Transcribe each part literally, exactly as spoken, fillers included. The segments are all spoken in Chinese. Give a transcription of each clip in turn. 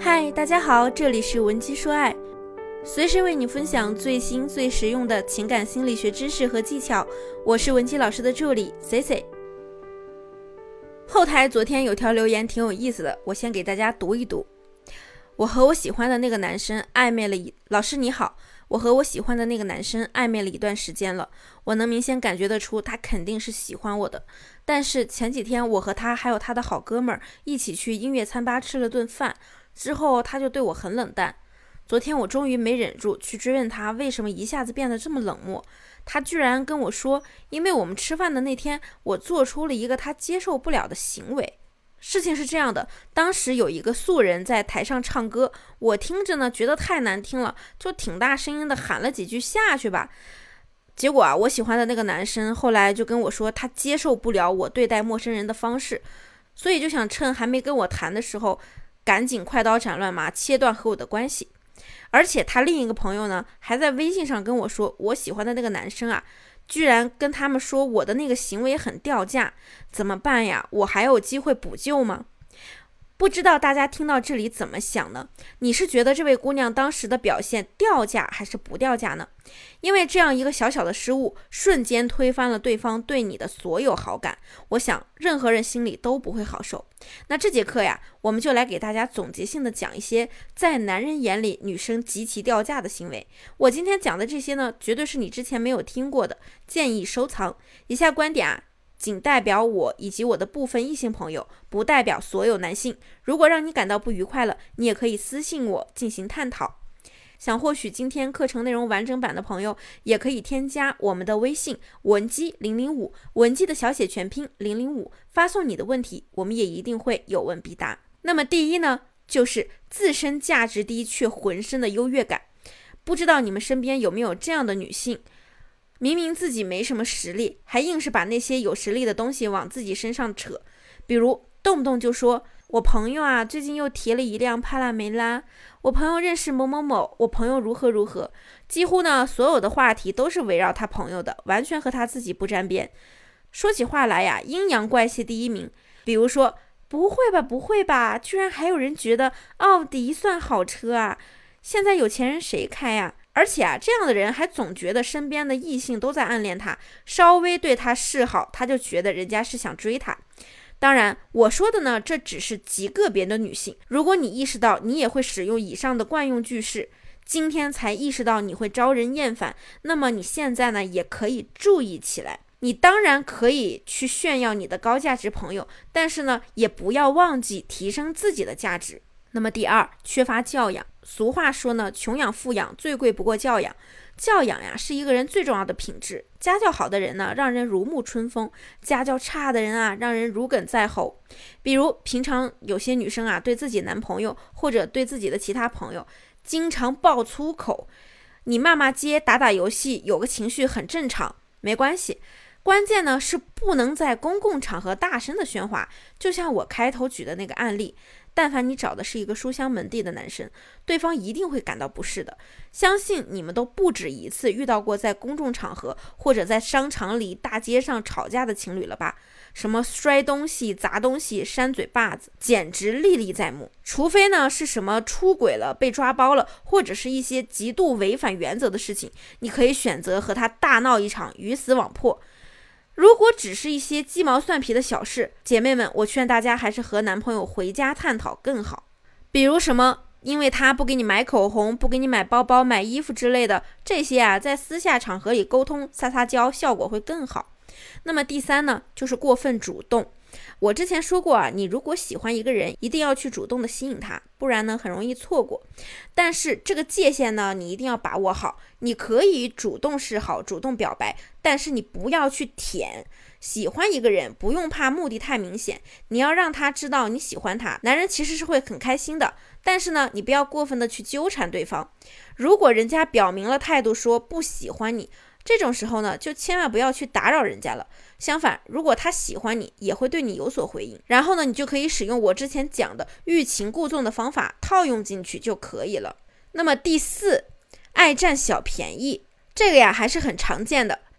嗨，大家好，这里是文姬说爱，随时为你分享最新最实用的情感心理学知识和技巧。我是文姬老师的助理 C C。 后台昨天有条留言挺有意思的，我先给大家读一读。我和我喜欢的那个男生暧昧了一老师你好，我和我喜欢的那个男生暧昧了一段时间了，我能明显感觉得出他肯定是喜欢我的，但是前几天我和他还有他的好哥们儿一起去音乐餐吧吃了顿饭，之后他就对我很冷淡。昨天我终于没忍住去追问他为什么一下子变得这么冷漠，他居然跟我说，因为我们吃饭的那天我做出了一个他接受不了的行为。事情是这样的，当时有一个素人在台上唱歌，我听着呢觉得太难听了，就挺大声音的喊了几句下去吧。结果啊，我喜欢的那个男生后来就跟我说他接受不了我对待陌生人的方式，所以就想趁还没跟我谈的时候赶紧快刀斩乱麻切断和我的关系。而且他另一个朋友呢还在微信上跟我说，我喜欢的那个男生啊居然跟他们说我的那个行为很掉价，怎么办呀？我还有机会补救吗？不知道大家听到这里怎么想呢？你是觉得这位姑娘当时的表现掉价还是不掉价呢？因为这样一个小小的失误，瞬间推翻了对方对你的所有好感，我想任何人心里都不会好受。那这节课呀，我们就来给大家总结性的讲一些在男人眼里女生极其掉价的行为。我今天讲的这些呢，绝对是你之前没有听过的，建议收藏。以下观点啊仅代表我以及我的部分异性朋友，不代表所有男性。如果让你感到不愉快了，你也可以私信我进行探讨。想获取今天课程内容完整版的朋友，也可以添加我们的微信文姬零零五，文姬的小写全拼零零五，发送你的问题，我们也一定会有问必答。那么第一呢，就是自身价值低却浑身的优越感。不知道你们身边有没有这样的女性，明明自己没什么实力，还硬是把那些有实力的东西往自己身上扯。比如动不动就说，我朋友啊最近又提了一辆帕拉梅拉，我朋友认识某某某，我朋友如何如何，几乎呢所有的话题都是围绕他朋友的，完全和他自己不沾边。说起话来呀，阴阳怪气第一名。比如说，不会吧不会吧，居然还有人觉得奥迪算好车啊，现在有钱人谁开啊？而且啊，这样的人还总觉得身边的异性都在暗恋他，稍微对他示好，他就觉得人家是想追他。当然，我说的呢，这只是极个别的女性。如果你意识到你也会使用以上的惯用句式，今天才意识到你会招人厌烦，那么你现在呢，也可以注意起来。你当然可以去炫耀你的高价值朋友，但是呢，也不要忘记提升自己的价值。那么第二，缺乏教养。俗话说呢，穷养富养最贵不过教养。教养呀，是一个人最重要的品质。家教好的人呢，让人如沐春风；家教差的人啊，让人如鲠在喉。比如平常有些女生啊，对自己男朋友或者对自己的其他朋友，经常爆粗口。你骂骂街、打打游戏，有个情绪很正常，没关系。关键呢是不能在公共场合大声的喧哗，就像我开头举的那个案例。但凡你找的是一个书香门第的男生，对方一定会感到不适的。相信你们都不止一次遇到过在公众场合或者在商场里、大街上吵架的情侣了吧？什么摔东西、砸东西、扇嘴巴子，简直历历在目。除非呢是什么出轨了、被抓包了，或者是一些极度违反原则的事情，你可以选择和他大闹一场，鱼死网破。如果只是一些鸡毛蒜皮的小事，姐妹们，我劝大家还是和男朋友回家探讨更好。比如什么，因为他不给你买口红、不给你买包包、买衣服之类的，这些啊，在私下场合里沟通撒撒娇，效果会更好。那么第三呢，就是过分主动。我之前说过啊，你如果喜欢一个人，一定要去主动的吸引他，不然呢很容易错过。但是这个界限呢，你一定要把握好。你可以主动示好、主动表白，但是你不要去舔。喜欢一个人不用怕目的太明显，你要让他知道你喜欢他，男人其实是会很开心的。但是呢，你不要过分的去纠缠对方。如果人家表明了态度说不喜欢你，这种时候呢，就千万不要去打扰人家了。相反，如果他喜欢你，也会对你有所回应。然后呢，你就可以使用我之前讲的欲擒故纵的方法套用进去就可以了。那么第四，爱占小便宜，这个呀还是很常见的。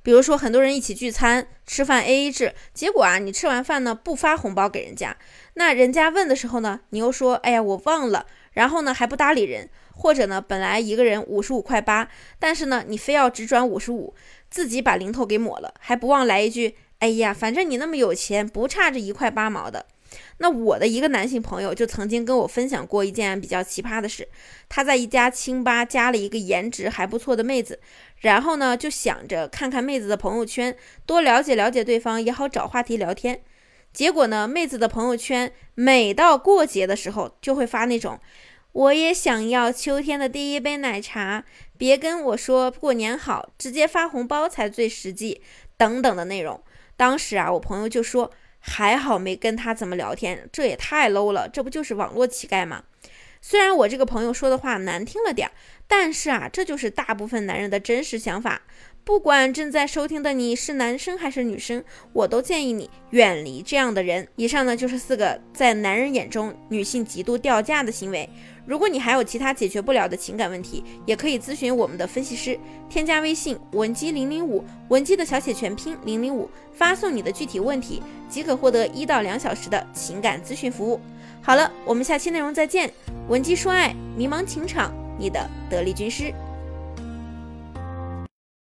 比如说很多人一起聚餐吃饭 A A 制，结果啊你吃完饭呢不发红包给人家，那人家问的时候呢，你又说哎呀我忘了，然后呢还不搭理人，或者呢本来一个人五十五块八，但是呢你非要只转五十五，自己把零头给抹了，还不忘来一句哎呀反正你那么有钱，不差这一块八毛的。那我的一个男性朋友就曾经跟我分享过一件比较奇葩的事，他在一家清吧加了一个颜值还不错的妹子，然后呢就想着看看妹子的朋友圈，多了解了解对方也好找话题聊天。结果呢妹子的朋友圈每到过节的时候就会发那种我也想要秋天的第一杯奶茶，别跟我说过年好，直接发红包才最实际等等的内容。当时啊我朋友就说还好没跟他怎么聊天，这也太 low 了，这不就是网络乞丐吗？虽然我这个朋友说的话难听了点，但是啊这就是大部分男人的真实想法。不管正在收听的你是男生还是女生，我都建议你远离这样的人。以上呢就是四个在男人眼中女性极度掉价的行为。如果你还有其他解决不了的情感问题，也可以咨询我们的分析师，添加微信文姬零零五，文姬的小写全拼零零五，发送你的具体问题，即可获得一到两小时的情感咨询服务。好了，我们下期内容再见。文姬说爱，迷茫情场，你的得力军师。